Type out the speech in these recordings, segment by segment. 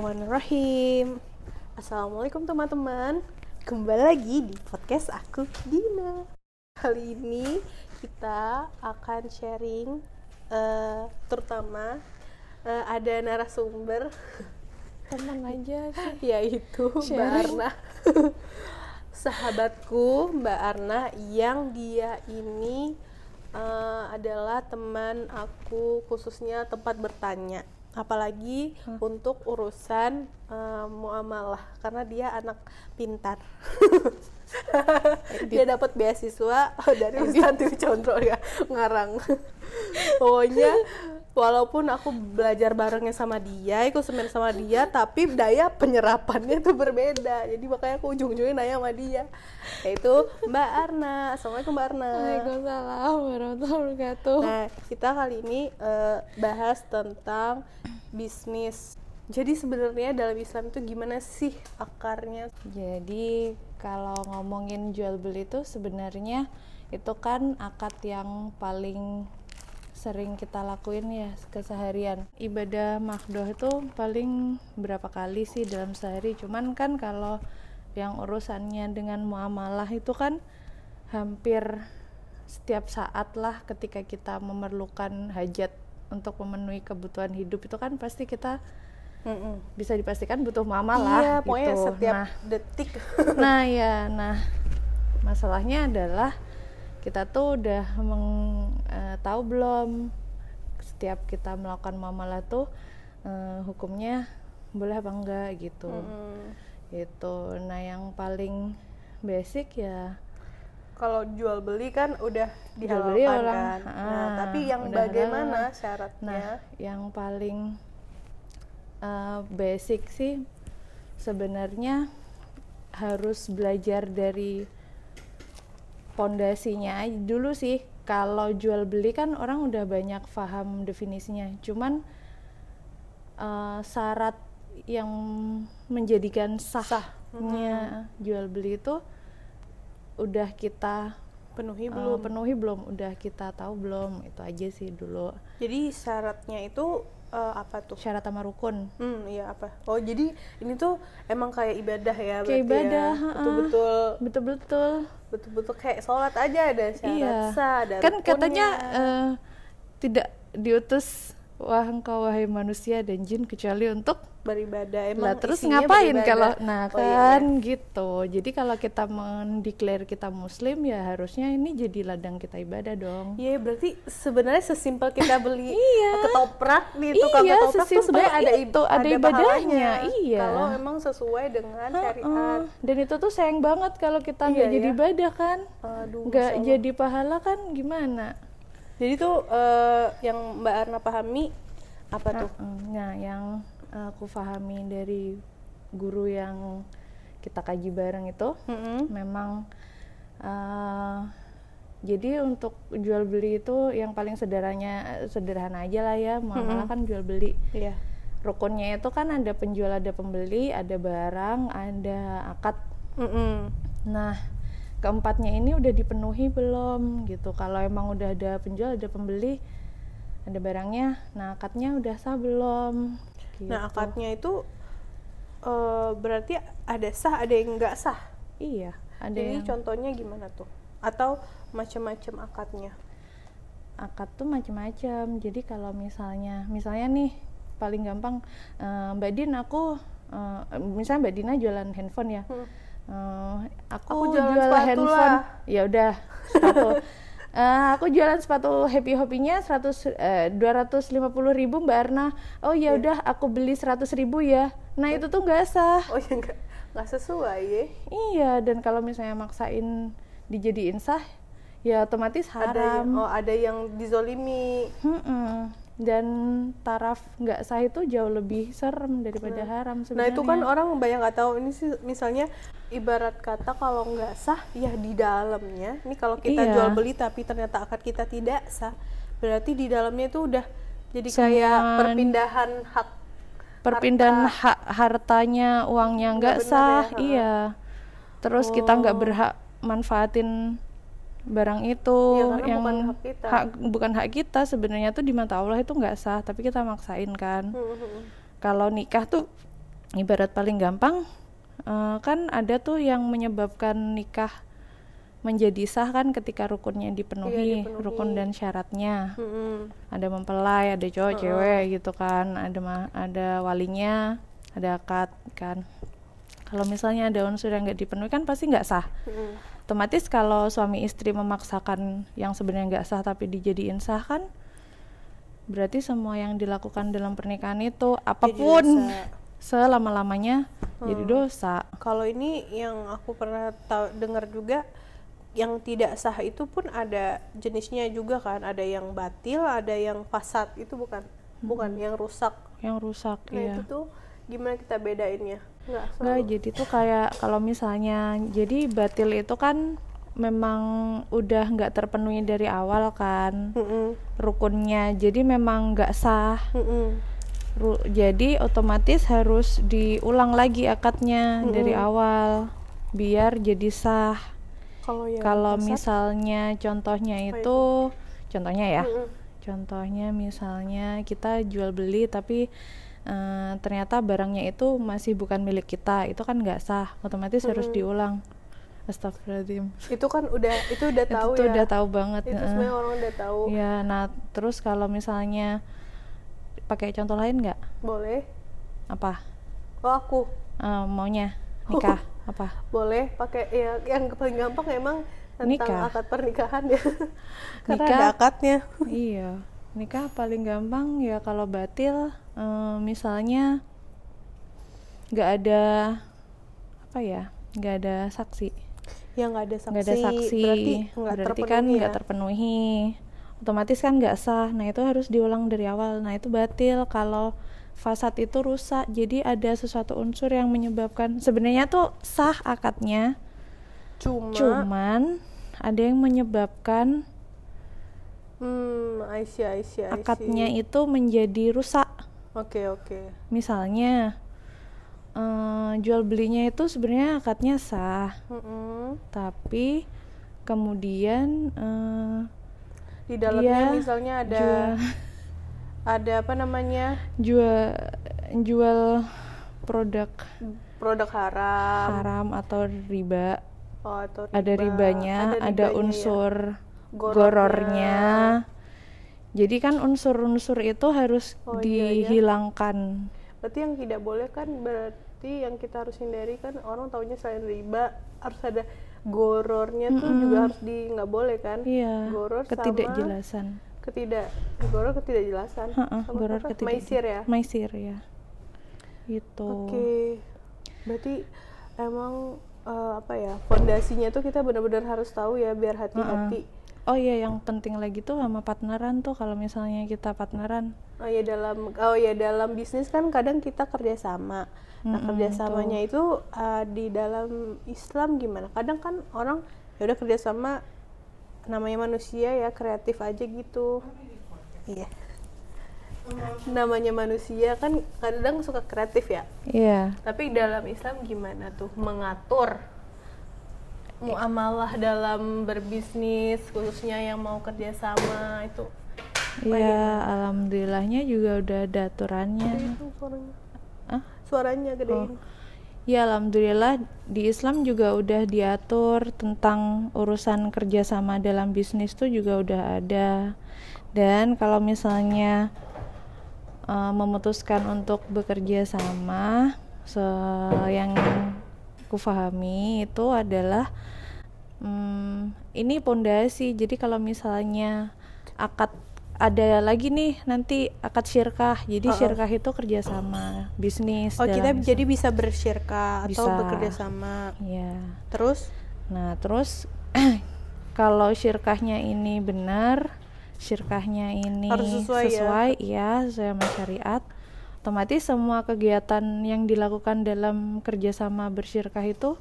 Bismillahirrahmanirrahim. Assalamualaikum teman-teman. Kembali lagi di podcast aku, Dina. Kali ini kita akan sharing, terutama ada narasumber. Tenang aja sih. Yaitu Mbak Arna. Sahabatku Mbak Arna yang dia ini adalah teman aku, khususnya tempat bertanya. Apalagi untuk urusan muamalah, karena dia anak pintar. Dia dapat beasiswa dari Ustadz Dwi Condro ya, Ngarang. Pokoknya walaupun aku belajar barengnya sama dia, ikut seminar sama dia, tapi daya penyerapannya itu berbeda. Jadi makanya aku ujung-ujungnya nanya sama dia, yaitu Mbak Arna. Assalamualaikum Mbak Arna. Waalaikumsalam warahmatullahi wabarakatuh. Nah, kita kali ini bahas tentang bisnis. Jadi sebenarnya dalam Islam itu gimana sih akarnya? Jadi kalau ngomongin jual beli itu sebenarnya itu kan akad yang paling sering kita lakuin ya keseharian. Ibadah makdoh itu paling berapa kali sih dalam sehari? Cuman kan kalau yang urusannya dengan muamalah itu kan hampir setiap saat lah, ketika kita memerlukan hajat untuk memenuhi kebutuhan hidup itu kan pasti kita bisa dipastikan butuh muamalah. Iya, pokoknya gitu. setiap detik. Nah, masalahnya adalah kita tuh udah tahu belum setiap kita melakukan muamalah tuh hukumnya boleh apa enggak gitu. Gitu. Nah, yang paling basic ya kalau jual beli kan udah dihalalkan kan. Nah, tapi yang bagaimana halal. syaratnya? Nah, yang paling basic sih sebenarnya harus belajar dari pondasinya dulu sih. Kalau jual beli kan orang udah banyak paham definisinya. Cuman syarat yang menjadikan sahnya jual beli itu udah kita penuhi belum, udah kita tahu belum, itu aja sih dulu. Jadi syaratnya itu apa tuh? Syarat sama rukun. Iya apa? Oh, jadi ini tuh emang kayak ibadah ya, Kayak ibadah, ya? Betul-betul kayak sholat aja ada syarat sah, ada kan rukunnya. Katanya tidak diutus wahai manusia dan jin kecuali untuk beribadah. Emang terus ngapain kalau gitu. Jadi kalau kita mendeklar kita muslim ya harusnya ini jadi ladang kita ibadah dong. Iya, berarti sebenarnya sesimpel kita beli ketoprak di tukang ketoprak tuh sebenarnya ada ibadahnya. Iya. Kalau emang sesuai dengan syariat. Dan itu tuh sayang banget kalau kita nggak jadi ibadah kan. Nggak jadi pahala kan gimana? Jadi tuh yang Mbak Arna pahami apa tuh? Nah, yang aku pahami dari guru yang kita kaji bareng itu memang jadi untuk jual beli itu yang paling sederhana aja lah ya, muamalah kan jual beli. Rukunnya itu kan ada penjual, ada pembeli, ada barang, ada akad. Nah, keempatnya ini udah dipenuhi belum gitu. Kalau emang udah ada penjual, ada pembeli, ada barangnya, nah akadnya udah sah belum gitu. Nah, akadnya itu berarti ada sah, ada yang nggak sah. Iya, ada. Jadi contohnya gimana tuh? Atau macam-macam akadnya? Akad tuh macam-macam. Jadi kalau misalnya nih paling gampang, Mbak Din, aku misalnya Mbak Dina jualan handphone ya. Aku jual handphone. Ya udah, sepatu. Aku jualan sepatu Happy Hoppy-nya 250.000 Mbak Arna. Oh ya udah, aku beli 100.000 ya. Nah, itu tuh nggak sah. Oh ya, nggak sesuai ya. Iya, dan kalau misalnya maksain dijadiin sah, ya otomatis haram. Ada yang dizolimi. Dan taraf nggak sah itu jauh lebih serem daripada haram sebenarnya. Nah, itu kan orang banyak nggak tahu. Ini sih misalnya ibarat kata kalau nggak sah ya di dalamnya. Ini kalau kita jual beli tapi ternyata akad kita tidak sah, berarti di dalamnya itu udah jadi kayak perpindahan hak hartanya, uangnya nggak sah. Ya. Iya. Terus kita nggak berhak manfaatin barang itu yang bukan hak kita sebenarnya tuh di mata Allah itu nggak sah, tapi kita maksain kan. Kalau nikah tuh ibarat paling gampang kan ada tuh yang menyebabkan nikah menjadi sah kan ketika rukunnya dipenuhi, rukun dan syaratnya. Ada mempelai, ada cowok cewek gitu kan, ada walinya, ada akad kan. Kalau misalnya ada unsur yang nggak dipenuhi kan pasti nggak sah. Otomatis kalau suami istri memaksakan yang sebenarnya nggak sah tapi dijadiin sah kan, berarti semua yang dilakukan dalam pernikahan itu apapun selama-lamanya jadi dosa. Kalau ini yang aku pernah dengar juga, yang tidak sah itu pun ada jenisnya juga kan, ada yang batil, ada yang fasad, itu bukan yang rusak. Yang rusak, nah, iya. Itu tuh gimana kita bedainnya? Nggak, jadi tuh kayak kalau misalnya jadi batil itu kan memang udah nggak terpenuhi dari awal kan rukunnya, jadi memang nggak sah. Jadi otomatis harus diulang lagi akadnya dari awal biar jadi sah. Kalau misalnya contohnya itu contohnya ya, contohnya misalnya kita jual beli tapi ternyata barangnya itu masih bukan milik kita, itu kan nggak sah, otomatis harus diulang. Astagfirullahaladzim. Itu kan udah tahu itu ya. Udah tahu banget. Itu sebenarnya orang udah tahu. Ya, nah terus kalau misalnya pakai contoh lain nggak? Boleh. Apa? Oh, aku maunya nikah apa? Boleh pakai ya, yang paling gampang emang tentang nikah. Akad pernikahan ya. Karena nikah, ada akadnya. Iya, nikah paling gampang ya. Kalau batil misalnya nggak ada apa ya, nggak ada saksi. Ya nggak ada saksi. Berarti kan nggak terpenuhi. Otomatis kan nggak sah. Nah itu harus diulang dari awal. Nah itu batil. Kalau fasad itu rusak, jadi ada sesuatu unsur yang menyebabkan sebenarnya tuh sah akadnya, cuman ada yang menyebabkan akadnya itu menjadi rusak. Oke. Misalnya jual belinya itu sebenarnya akadnya sah, tapi kemudian di dalamnya misalnya ada apa namanya, jual produk haram atau riba. Ada riba. ribanya, ada unsur gorornya. Jadi kan unsur-unsur itu harus dihilangkan. Berarti yang tidak boleh kan, berarti yang kita harus hindari kan, orang taunya selain riba harus ada gorornya tuh juga harus nggak boleh kan? Iya. Goror ketidakjelasan. Goror ketidakjelasan. Goror maisir ya. Maisir ya. Itu. Oke. Berarti emang fondasinya tuh kita benar-benar harus tahu ya, biar hati-hati. Oh iya, yang penting lagi tuh sama partneran tuh, kalau misalnya kita partneran. Dalam bisnis kan kadang kita kerjasama. Nah kerjasamanya itu di dalam Islam gimana? Kadang kan orang ya udah kerjasama, namanya manusia ya, kreatif aja gitu. Iya. Namanya manusia kan kadang suka kreatif ya. Iya. Tapi dalam Islam gimana tuh mengatur muamalah dalam berbisnis, khususnya yang mau kerjasama itu? Iya, alhamdulillahnya juga udah ada aturannya. Itu suaranya gedein. Ya alhamdulillah di Islam juga udah diatur tentang urusan kerjasama dalam bisnis tuh juga udah ada. Dan kalau misalnya memutuskan untuk bekerja sama, yang kufahami itu adalah ini pondasi. Jadi kalau misalnya akad ada lagi nih nanti akad syirkah, jadi syirkah itu kerjasama bisnis. Kita jadi bisa bersyirkah atau bekerja sama. Iya. Terus kalau syirkahnya ini benar, syirkahnya ini harus sesuai sama syariat, otomatis semua kegiatan yang dilakukan dalam kerjasama bersyirkah itu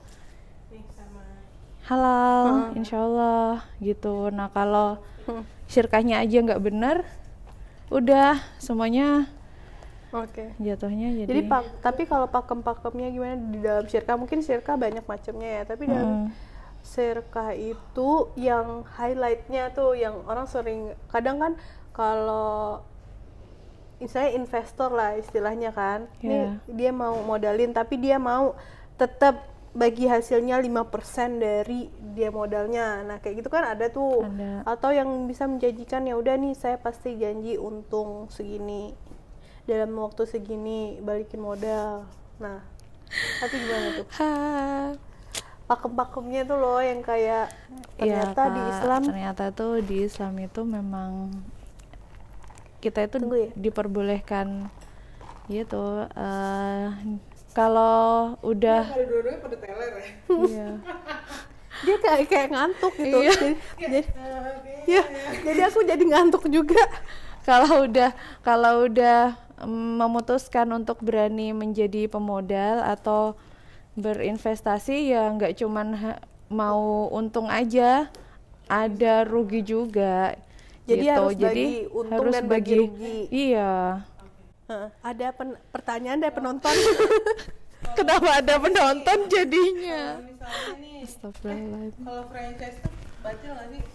halal, insyaallah gitu. Nah kalau syirkahnya aja nggak benar, udah semuanya jatuhnya jadi tapi kalau pakem-pakemnya gimana di dalam syirkah? Mungkin syirkah banyak macamnya ya, tapi dalam syirkah itu yang highlightnya tuh yang orang sering, kadang kan kalau misalnya investor lah istilahnya kan. Iya. Nih dia mau modalin tapi dia mau tetap bagi hasilnya 5% dari dia modalnya. Nah, kayak gitu kan ada tuh. Ada. Atau yang bisa menjanjikan ya udah nih saya pasti janji untung segini. Dalam waktu segini balikin modal. Nah, tapi gimana tuh? Pakem-pakemnya tuh loh yang kayak ternyata Iya, di Kak. Islam Ternyata tuh di Islam itu memang kita itu Tunggu ya. diperbolehkan gitu. Kalau udah Kalau dua-duanya pada teler ya. iya. dia kayak ngantuk gitu. Iya. Ya, jadi aku jadi ngantuk juga. Kalau udah memutuskan untuk berani menjadi pemodal atau berinvestasi, ya nggak cuman mau untung aja, ada rugi juga. Jadi gitu. harus bagi untung dan bagi rugi. Iya. Ada pertanyaan dari penonton. Kenapa ada penonton jadinya? Kalau misalnya nih, Astagfirullahaladzim. kalau franchise tuh baca nggak sih?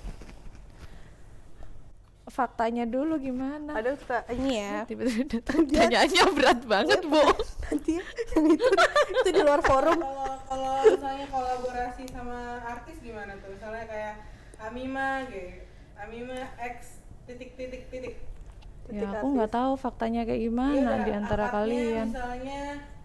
Faktanya dulu gimana? Ada ini ya. Tiba-tiba pertanyaannya berat banget, Bu. Nanti yang itu di luar forum. Kalau misalnya kolaborasi sama artis gimana tuh? Misalnya kayak Amima gitu. Amima X titik. Ya, aku nggak tahu faktanya kayak gimana di antara kalian. Misalnya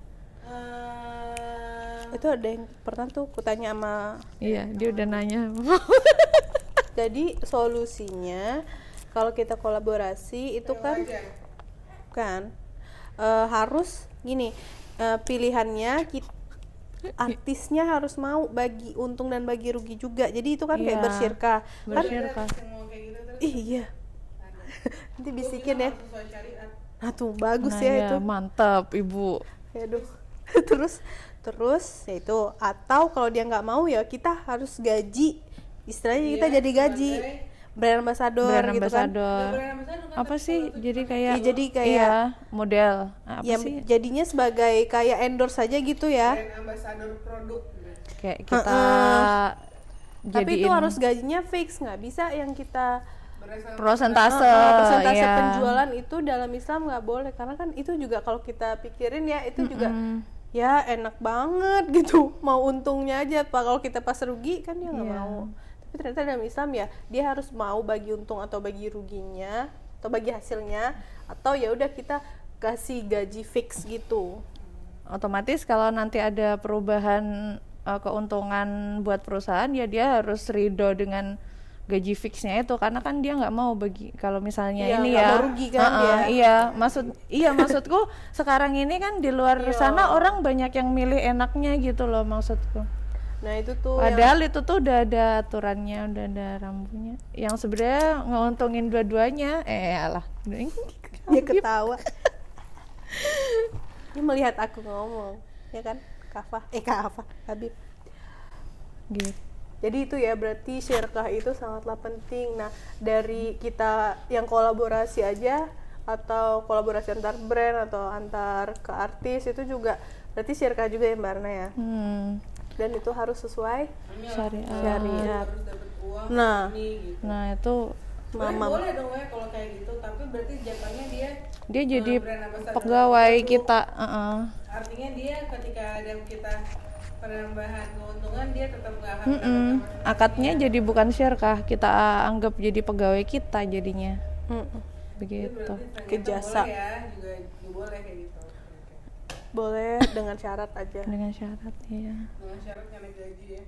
Itu ada yang pernah tuh kutanya sama. Iya, dia udah nanya. Jadi solusinya kalau kita kolaborasi itu kan harus gini, pilihannya artisnya harus mau bagi untung dan bagi rugi juga. Jadi itu kan kayak Iya, bersyirkah. bersyirkah. Iya. Nanti bisikin ya. Nah tuh bagus Nah, ya ya, itu. mantap, Ibu. Aduh. terus ya itu, atau kalau dia nggak mau ya kita harus gaji, istilahnya kita jadi gaji brand ambassador Brand gitu ambassador. Apa sih? Jadi kayak Iya, jadi kayak- iya, model. Apa ya sih? jadinya sebagai kayak endorse saja gitu ya. brand ambassador produk gitu. Kayak kita Tapi itu jadiin harus gajinya fix, nggak bisa yang kita Berdasarkan persentase. persentase iya. penjualan itu dalam Islam nggak boleh, karena kan itu juga kalau kita pikirin ya itu juga ya enak banget gitu, mau untungnya aja pak, kalau kita pas rugi kan dia nggak Iya. mau. Tapi ternyata dalam Islam ya dia harus mau bagi untung atau bagi ruginya atau bagi hasilnya, atau ya udah kita kasih gaji fix gitu. Otomatis kalau nanti ada perubahan keuntungan buat perusahaan, ya dia harus ridho dengan gaji fixnya itu, karena kan dia nggak mau bagi kalau misalnya Iya, ini nggak ya mau rugi kan dia. maksudku sekarang ini kan di luar sana orang banyak yang milih enaknya gitu loh, maksudku. Nah itu tuh Padahal itu tuh udah ada aturannya, udah ada rambunya yang sebenarnya nguntungin dua-duanya. Alah. dia ketawa. Dia melihat aku ngomong, ya kan? Kafah Habib. Gitu. Jadi itu ya, berarti syirkah itu sangatlah penting. Nah, dari kita yang kolaborasi aja atau kolaborasi antar brand atau antar ke artis itu juga berarti syirkah juga ya Mbak Arna ya. Dan itu harus sesuai syariat. harus dapat uang Nah, ini gitu. Nah, itu Sebenarnya boleh dong ya kalau kayak gitu, tapi berarti jatuhnya dia jadi brand ambassador pegawai itu. kita. Artinya dia ketika ada kita penambahan keuntungan dia tetap nggak akan dapat Akadnya jadi bukan syirkah, kita anggap jadi pegawai kita jadinya. Begitu. ke jasa. boleh ya, juga boleh kayak gitu. Boleh dengan syarat aja. Dengan syarat ya. Dengan syarat nggak naik gaji ya.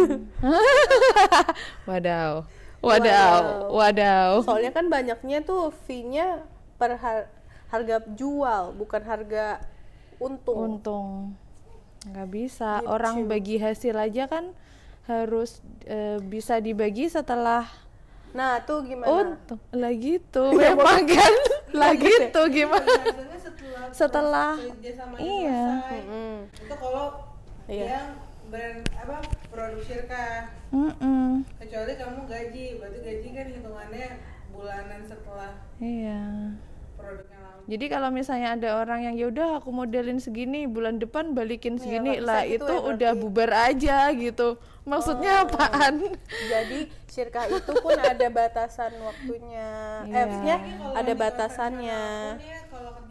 Wadaw. Soalnya kan banyaknya tuh fee-nya per harga jual, bukan harga untung. Nggak bisa. Gitu. Orang bagi hasil aja kan harus bisa dibagi setelah Nah, tuh gimana? untung. Lah gitu. Memang kan. Lah gitu gimana? Biasanya Setelah kerja sama iya. selesai. Itu kalau dia brand produk syirkah. Kecuali kamu gaji, berarti gaji kan hitungannya bulanan setelah Iya. produknya lama. Jadi kalau misalnya ada orang yang yaudah aku modelin segini, bulan depan balikin segini, nggak bisa lah gitu itu ya udah berarti. bubar aja gitu. Maksudnya apaan? Jadi syirkah itu pun ada batasan waktunya. Iya. Maksudnya Kalau ada di batasannya. konvensional pun ya, kalau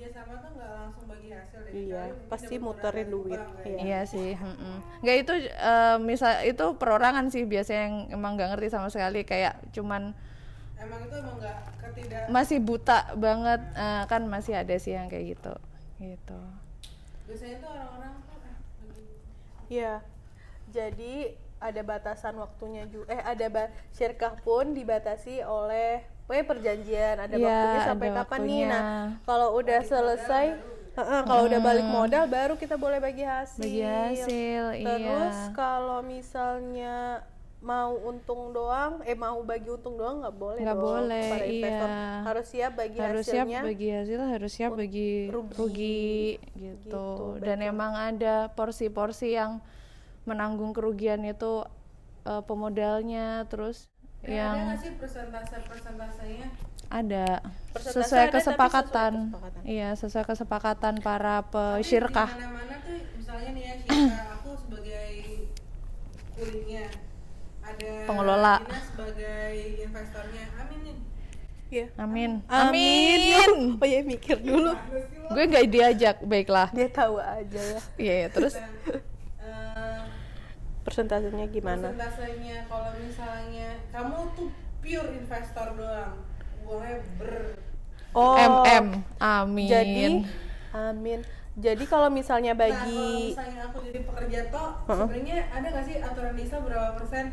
kerja sama tuh nggak langsung bagi hasil deh. Iya, Mungkin pasti dapat muterin modal duit. bank, kan. Iya. Iya sih, nggak itu misal itu perorangan sih biasanya yang emang nggak ngerti sama sekali, kayak cuman Emang itu emang nggak ketidak. masih buta banget, kan masih ada sih yang kayak gitu. Biasanya tuh orang-orang tuh bagi. Iya. Jadi ada batasan waktunya juga. Syirkah pun dibatasi oleh perjanjian, ada Iya, waktunya sampai ada kapan nih. waktunya. Nah, kalau udah selesai, kalau udah balik modal baru kita boleh bagi hasil. Bagi hasil, Terus iya. kalau misalnya mau untung doang, mau bagi untung doang nggak boleh. Nggak dong. boleh, Para investor iya. harus siap bagi Harus siap hasilnya. bagi hasil, harus siap bagi rugi Gitu, gitu. Dan emang ada porsi-porsi yang menanggung kerugian itu pemodalnya, terus Ada yang nggak sih persentasenya? ada Persentase sesuai ada, tapi kesepakatan. sesuai kesepakatan. Iya, sesuai kesepakatan para Tapi pesyirkah. di mana-mana tuh misalnya nih ya, Syirkah, aku sebagai kulitnya, ada Pengelola. Dina sebagai investornya. Amin nih. Iya. Amin. Amin. Oh ya mikir dulu. Gue nggak diajak, baiklah. Dia tahu aja ya. Iya, terus Persentasenya gimana? Persentasenya kalau misalnya kamu tuh pure investor doang, uangnya Amin. Amin. Jadi kalau misalnya Nah, kalau bagi misalnya aku jadi pekerja toh, sebenarnya ada nggak sih aturan di Islam berapa persen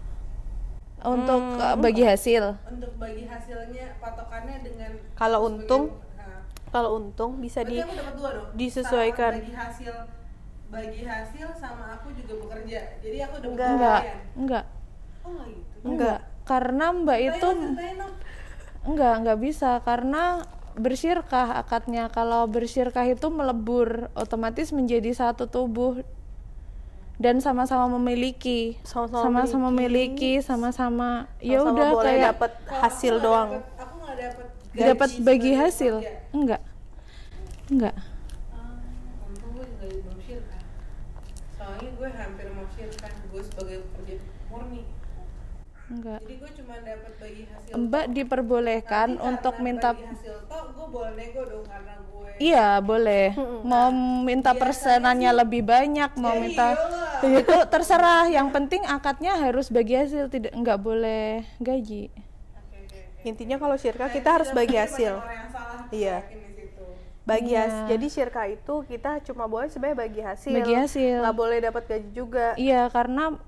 Untuk bagi hasil. untuk bagi hasilnya, patokannya dengan Kalau sebagai- untung, nah, kalau untung bisa berarti aku dapat dua dong. disesuaikan. Sama bagi hasil sama aku juga bekerja. Jadi aku dapat Enggak. Enggak. Oh nggak gitu. enggak. Karena Mbak itu Ceritain dong. enggak bisa, karena bersyirkah akadnya. Kalau bersyirkah itu melebur, otomatis menjadi satu tubuh dan sama-sama memiliki, sama-sama memiliki, sama-sama ya Sama-sama udah boleh kayak dapat Kalau hasil aku nggak doang. aku nggak dapat dapat gaji bagi sebagai hasil. pekerja. Enggak. Untung gue juga belum syirkah. Soalnya gue hampir mau syirkah, gue sebagai pekerja murni. Enggak. Jadi gue cuma dapat bagi hasil. Mbak diperbolehkan Tapi untuk karena minta bagi hasil toh gue boleh nego dong karena gue. iya, boleh. Mau minta persenannya lebih banyak, mau Ya minta iyalah. itu terserah. Yang penting akadnya harus bagi hasil, tidak enggak boleh gaji. Oke. Intinya kalau syirkah kita harus Tidak bagi mungkin hasil. banyak orang yang salah tuh, Iya. yakin di situ. Bagi Iya. hasil. Jadi syirkah itu kita cuma boleh sebenarnya bagi hasil. Bagi hasil. Nggak boleh dapat gaji juga. Iya, karena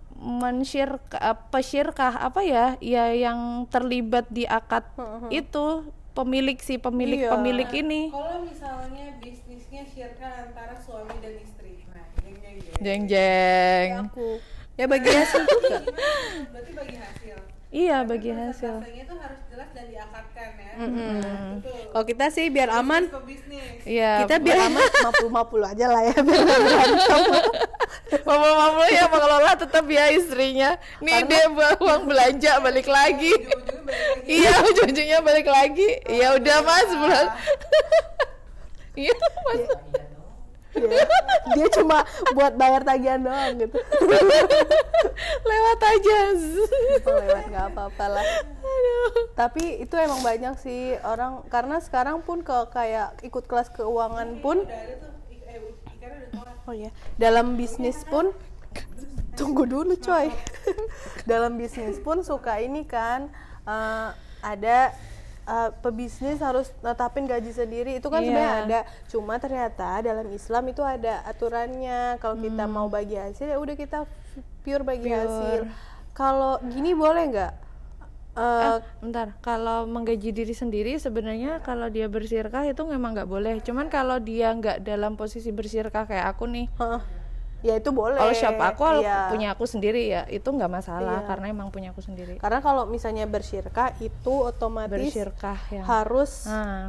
pesyirkah apa ya? Ya yang terlibat di akad itu pemilik Iya. pemilik ini. Kalau misalnya bisnisnya syirkah antara suami dan istri, nah jeng. Jeng. Aku ya bagi hasil juga. Berarti bagi hasil. Iya, Tapi bagi hasil. persentasenya itu harus jelas dan diakadkan ya. Betul. Kalau kita sih biar aman, Bisnis. Iya. kita biar aman 50-50 aja lah ya. Biar nggak berantem. Mama ya pengelola tetap ya istrinya. Nih dia buang uang belanja balik lagi. Ujung-ujungnya balik lagi. Iya, ujung-ujungnya balik lagi. Ya udah Mas, bulan. Iya, Mas. Iya. Dia cuma buat bayar tagihan doang gitu. Lewat aja. Lewat nggak apa-apa lah. Tapi itu emang banyak sih orang, karena sekarang pun kayak ikut kelas keuangan pun, Udah ada tuh ikannya udah keluar. oh ya, dalam bisnis pun tunggu dulu coy. Dalam bisnis pun suka ini kan, ada pebisnis harus netapin gaji sendiri, itu kan Iya. sebenarnya ada, cuma ternyata dalam Islam itu ada aturannya. Kalau kita mau bagi hasil ya udah kita pure bagi hasil. Kalau gini boleh nggak? Bentar, kalau menggaji diri sendiri sebenarnya kalau dia bersyirkah itu memang nggak boleh. Cuman kalau dia nggak dalam posisi bersyirkah kayak aku nih, Ya itu boleh. all shop aku Iya. punya aku sendiri ya, itu nggak masalah Iya. karena emang punya aku sendiri. Karena kalau misalnya bersyirkah itu otomatis Bersyirkah ya. harus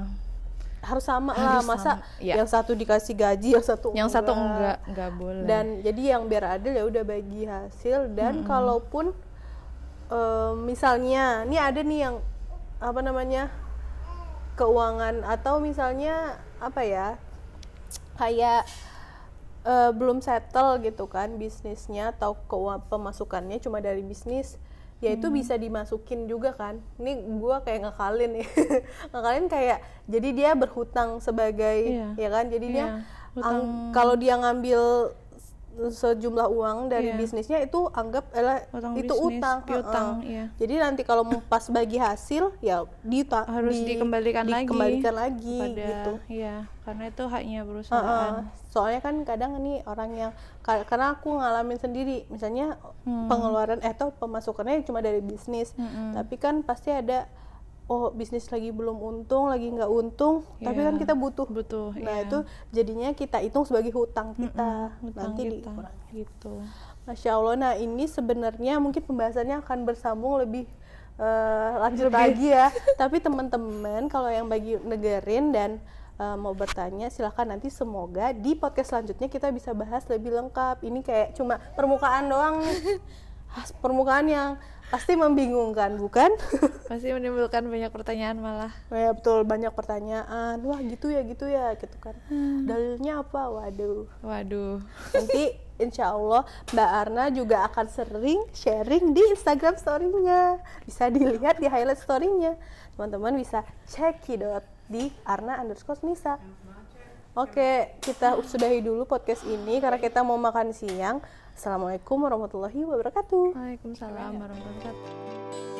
sama lah, Harus masa sama, ya. yang satu dikasih gaji, yang satu enggak boleh. Dan jadi yang biar adil ya udah bagi hasil. Dan kalaupun misalnya nih ada nih yang apa namanya keuangan, atau misalnya apa ya, kayak belum settle gitu kan bisnisnya, atau pemasukannya cuma dari bisnis, ya itu bisa dimasukin juga kan. Ini gue kayak ngakalin nih ngakalin kayak jadi dia berhutang sebagai ya kan, jadi dia kalau dia ngambil sejumlah uang dari bisnisnya itu anggap itu utang. Iya. Jadi nanti kalau pas bagi hasil ya harus dikembalikan lagi kepada, gitu. Iya, karena itu haknya perusahaan. Soalnya kan kadang ini orang yang karena aku ngalamin sendiri, misalnya pengeluaran atau pemasukannya cuma dari bisnis, tapi kan pasti ada bisnis lagi belum untung, lagi nggak untung, tapi kan kita butuh. Nah itu jadinya kita hitung sebagai hutang kita, nanti dikurangi gitu. Masya Allah. Nah ini sebenarnya mungkin pembahasannya akan bersambung lebih lanjut lagi ya. Tapi teman-teman kalau yang bagi negerin dan mau bertanya silahkan, nanti semoga di podcast selanjutnya kita bisa bahas lebih lengkap. Ini kayak cuma permukaan doang nih. Permukaan yang pasti membingungkan, bukan? Pasti menimbulkan banyak pertanyaan malah. Ya betul, banyak pertanyaan. Wah gitu ya gitu kan. Dalilnya apa? Waduh. Nanti insya Allah Mbak Arna juga akan sering sharing di Instagram story-nya. Bisa dilihat di highlight story-nya. Teman-teman bisa cekidot di Arna_Nisa. Oke, kita sudahi dulu podcast ini karena kita mau makan siang. Assalamualaikum warahmatullahi wabarakatuh. Waalaikumsalam warahmatullahi wabarakatuh.